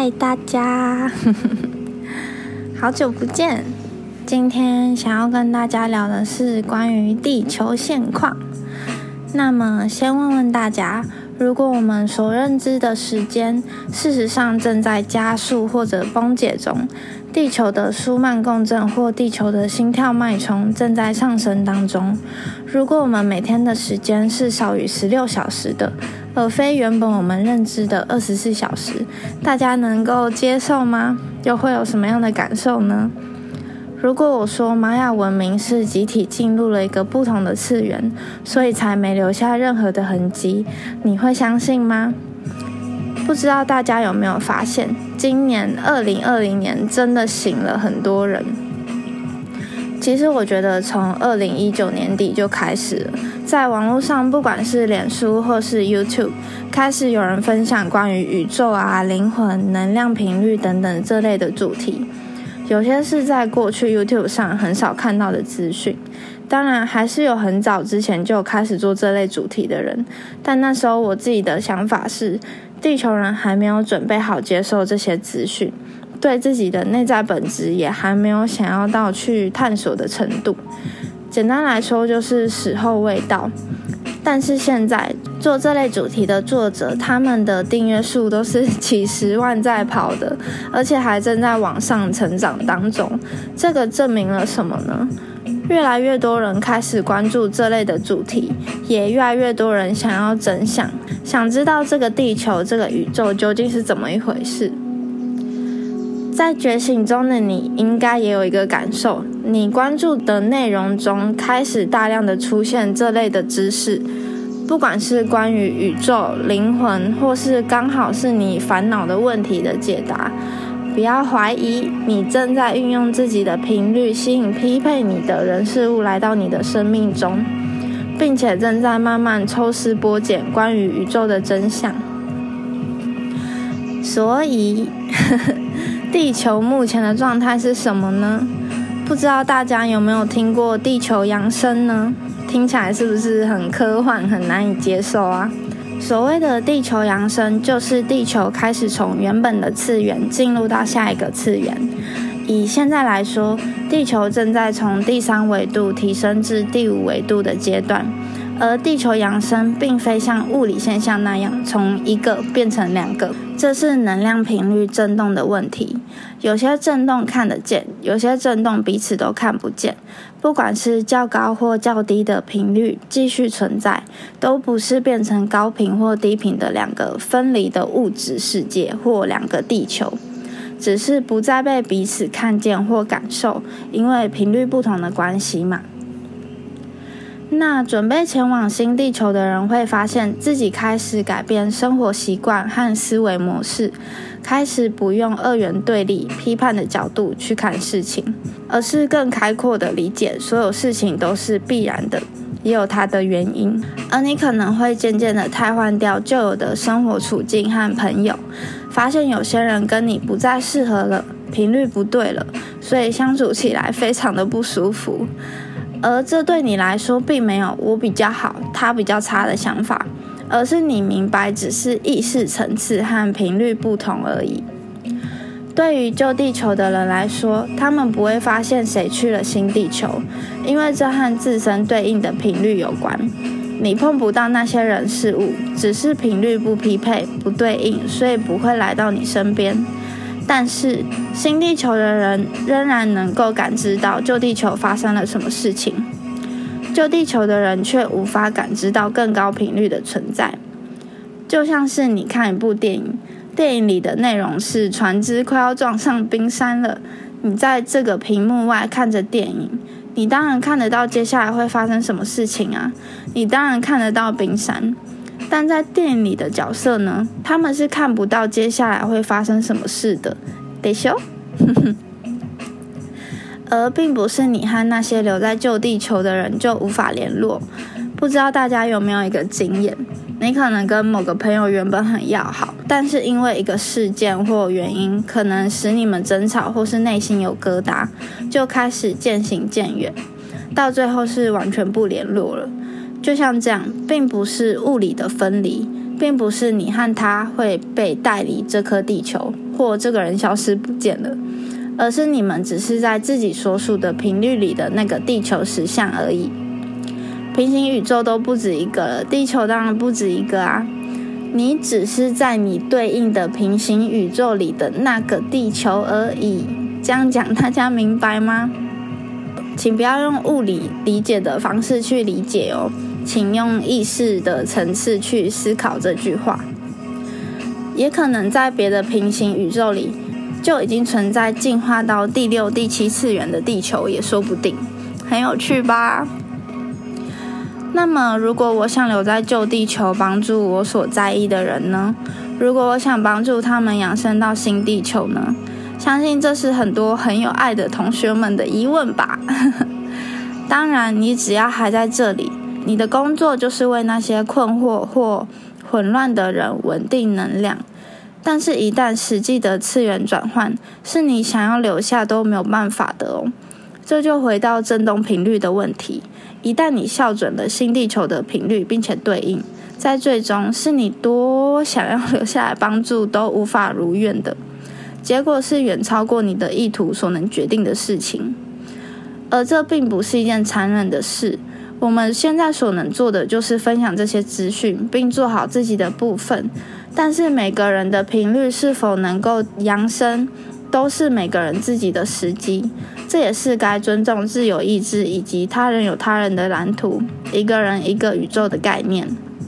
嗨，大家，好久不见。今天想要跟大家聊的是关于地球现况。那么，先问问大家，如果我们所认知的时间，事实上正在加速或者崩解中，地球的舒曼共振或地球的心跳脉冲正在上升当中。如果我们每天的时间是少于16小时的，而非原本我们认知的24小时，大家能够接受吗？又会有什么样的感受呢？如果我说玛雅文明是集体进入了一个不同的次元，所以才没留下任何的痕迹，你会相信吗？不知道大家有没有发现，今年2020年真的醒了很多人。其实我觉得从2019年底就开始了，在网络上不管是脸书或是 YouTube， 开始有人分享关于宇宙啊、灵魂、能量频率等等这类的主题。有些是在过去 YouTube 上很少看到的资讯，当然还是有很早之前就开始做这类主题的人，但那时候我自己的想法是，地球人还没有准备好接受这些资讯，对自己的内在本质也还没有想要到去探索的程度。简单来说就是时候未到。但是现在做这类主题的作者，他们的订阅数都是几十万在跑的，而且还正在往上成长当中。这个证明了什么呢？越来越多人开始关注这类的主题，也越来越多人想要真相，想知道这个地球、这个宇宙究竟是怎么一回事。在觉醒中的你应该也有一个感受，你关注的内容中开始大量的出现这类的知识，不管是关于宇宙、灵魂，或是刚好是你烦恼的问题的解答。不要怀疑，你正在运用自己的频率吸引匹配你的人事物来到你的生命中，并且正在慢慢抽丝剥茧关于宇宙的真相。所以地球目前的状态是什么呢？不知道大家有没有听过地球扬升呢？听起来是不是很科幻，很难以接受啊？所谓的地球扬升，就是地球开始从原本的次元进入到下一个次元。以现在来说，地球正在从第3维度提升至第5维度的阶段。而地球扬升并非像物理现象那样从一个变成2个，这是能量频率振动的问题。有些振动看得见，有些振动彼此都看不见。不管是较高或较低的频率继续存在，都不是变成高频或低频的2个分离的物质世界或2个地球，只是不再被彼此看见或感受，因为频率不同的关系嘛。那准备前往新地球的人会发现自己开始改变生活习惯和思维模式，开始不用2元对立、批判的角度去看事情，而是更开阔的理解所有事情都是必然的，也有它的原因。而你可能会渐渐的汰换掉旧有的生活处境和朋友，发现有些人跟你不再适合了，频率不对了，所以相处起来非常的不舒服。而这对你来说并没有我比较好，他比较差的想法，而是你明白只是意识层次和频率不同而已。对于旧地球的人来说，他们不会发现谁去了新地球，因为这和自身对应的频率有关。你碰不到那些人事物，只是频率不匹配、不对应，所以不会来到你身边。但是新地球的人仍然能够感知到旧地球发生了什么事情，旧地球的人却无法感知到更高频率的存在。就像是你看一部电影，电影里的内容是船只快要撞上冰山了，你在这个屏幕外看着电影，你当然看得到接下来会发生什么事情啊，你当然看得到冰山。但在电影里的角色呢，他们是看不到接下来会发生什么事的，得修。而并不是你和那些留在旧地球的人就无法联络。不知道大家有没有一个经验，你可能跟某个朋友原本很要好，但是因为一个事件或原因，可能使你们争吵或是内心有疙瘩，就开始渐行渐远，到最后是完全不联络了。就像这样，并不是物理的分离，并不是你和他会被带离这颗地球， 或这个人消失不见了，而是你们只是在自己所属的频率里的那个地球实相而已。平行宇宙都不止一个了，地球当然不止一个啊。你只是在你对应的平行宇宙里的那个地球而已。这样讲大家明白吗？请不要用物理理解的方式去理解哦，请用意识的层次去思考这句话。也可能在别的平行宇宙里就已经存在进化到第6、第7次元的地球也说不定，很有趣吧？那么如果我想留在旧地球帮助我所在意的人呢？如果我想帮助他们扬升到新地球呢？相信这是很多很有爱的同学们的疑问吧。当然，你只要还在这里，你的工作就是为那些困惑或混乱的人稳定能量。但是一旦实际的次元转换是你想要留下都没有办法的哦。这就回到振动频率的问题。一旦你校准了新地球的频率并且对应，在最终是你多想要留下来帮助都无法如愿的，结果是远超过你的意图所能决定的事情。而这并不是一件残忍的事，我们现在所能做的就是分享这些资讯，并做好自己的部分。但是每个人的频率是否能够扬升，都是每个人自己的时机。这也是该尊重自由意志以及他人有他人的蓝图，一个人一个宇宙的概念。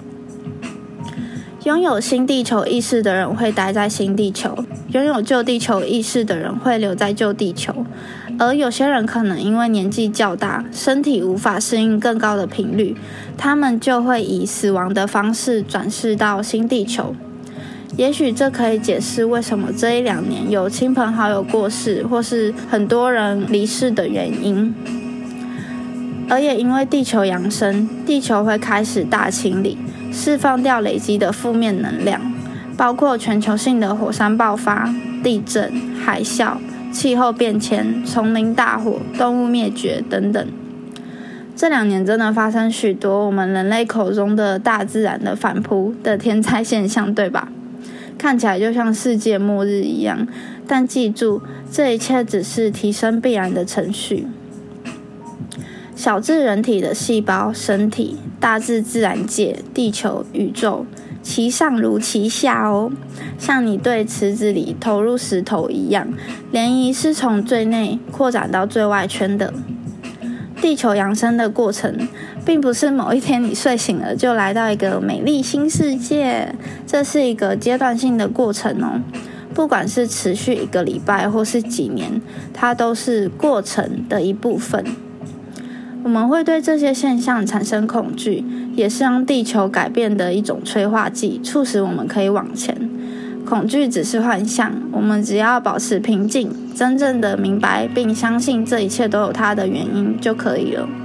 拥有新地球意识的人会待在新地球，拥有旧地球意识的人会留在旧地球。而有些人可能因为年纪较大，身体无法适应更高的频率，他们就会以死亡的方式转世到新地球。也许这可以解释为什么这1、2年有亲朋好友过世，或是很多人离世的原因。而也因为地球扬升，地球会开始大清理，释放掉累积的负面能量，包括全球性的火山爆发、地震、海啸、气候变迁、丛林大火、动物灭绝等等。这2年真的发生许多我们人类口中的大自然的反扑的天灾现象，对吧？看起来就像世界末日一样，但记住，这一切只是提升必然的程序。小至人体的细胞、身体，大至自然界、地球、宇宙，其上如其下哦。像你对池子里投入石头一样，涟漪是从最内扩展到最外圈的。地球扬升的过程，并不是某一天你睡醒了就来到一个美丽新世界，这是一个阶段性的过程哦。不管是持续1个礼拜或是几年，它都是过程的一部分。我们会对这些现象产生恐惧，也是让地球改变的一种催化剂，促使我们可以往前。恐惧只是幻象，我们只要保持平静，真正的明白并相信这一切都有它的原因就可以了。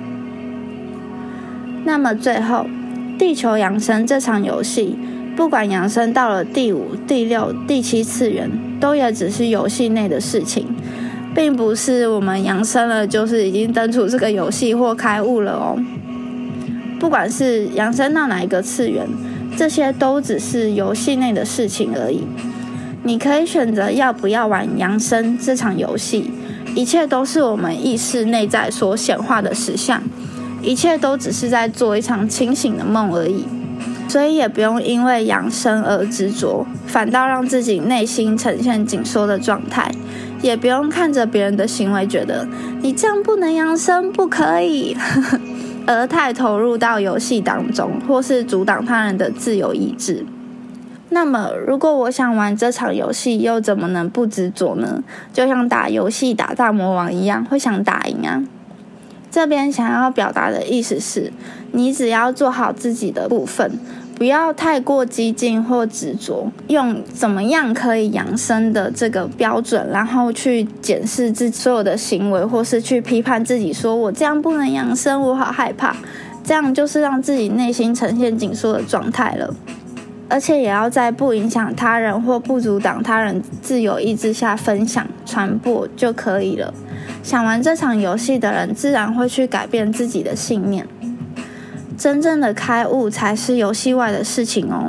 那么最后，地球扬升这场游戏，不管扬升到了第5、第6、第7次元，都也只是游戏内的事情，并不是我们扬升了就是已经登出这个游戏或开悟了哦。不管是扬升到哪一个次元，这些都只是游戏内的事情而已。你可以选择要不要玩扬升这场游戏，一切都是我们意识内在所显化的实相，一切都只是在做一场清醒的梦而已。所以也不用因为扬升而执着，反倒让自己内心呈现紧缩的状态。也不用看着别人的行为觉得你这样不能扬升，不可以而太投入到游戏当中，或是阻挡他人的自由意志。那么如果我想玩这场游戏，又怎么能不执着呢？就像打游戏打大魔王一样，会想打赢啊。这边想要表达的意思是，你只要做好自己的部分，不要太过激进或执着，用怎么样可以扬升的这个标准，然后去检视自己所有的行为，或是去批判自己说我这样不能扬升，我好害怕。这样就是让自己内心呈现紧缩的状态了。而且也要在不影响他人或不阻挡他人自由意志下分享传播就可以了。想玩这场游戏的人自然会去改变自己的信念。真正的开悟才是游戏外的事情哦。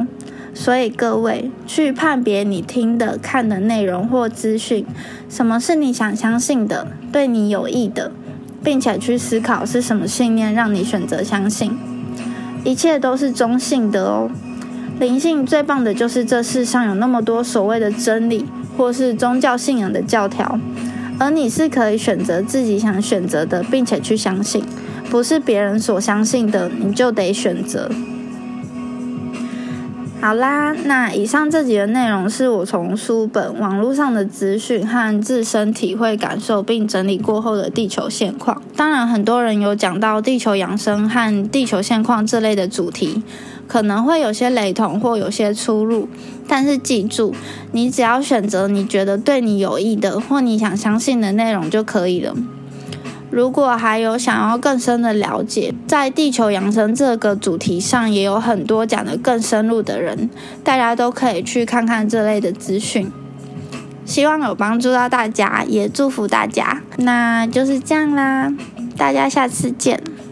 所以各位，去判别你听的、看的内容或资讯，什么是你想相信的，对你有益的，并且去思考是什么信念让你选择相信。一切都是中性的哦。灵性最棒的就是这世上有那么多所谓的真理或是宗教信仰的教条，而你是可以选择自己想选择的，并且去相信，不是别人所相信的你就得选择。好啦，那以上这集的内容是我从书本、网络上的资讯和自身体会感受并整理过后的地球现况。当然很多人有讲到地球养生和地球现况这类的主题，可能会有些雷同或有些出入，但是记住，你只要选择你觉得对你有益的或你想相信的内容就可以了。如果还有想要更深的了解，在地球养生这个主题上也有很多讲得更深入的人，大家都可以去看看这类的资讯。希望有帮助到大家，也祝福大家。那就是这样啦，大家下次见。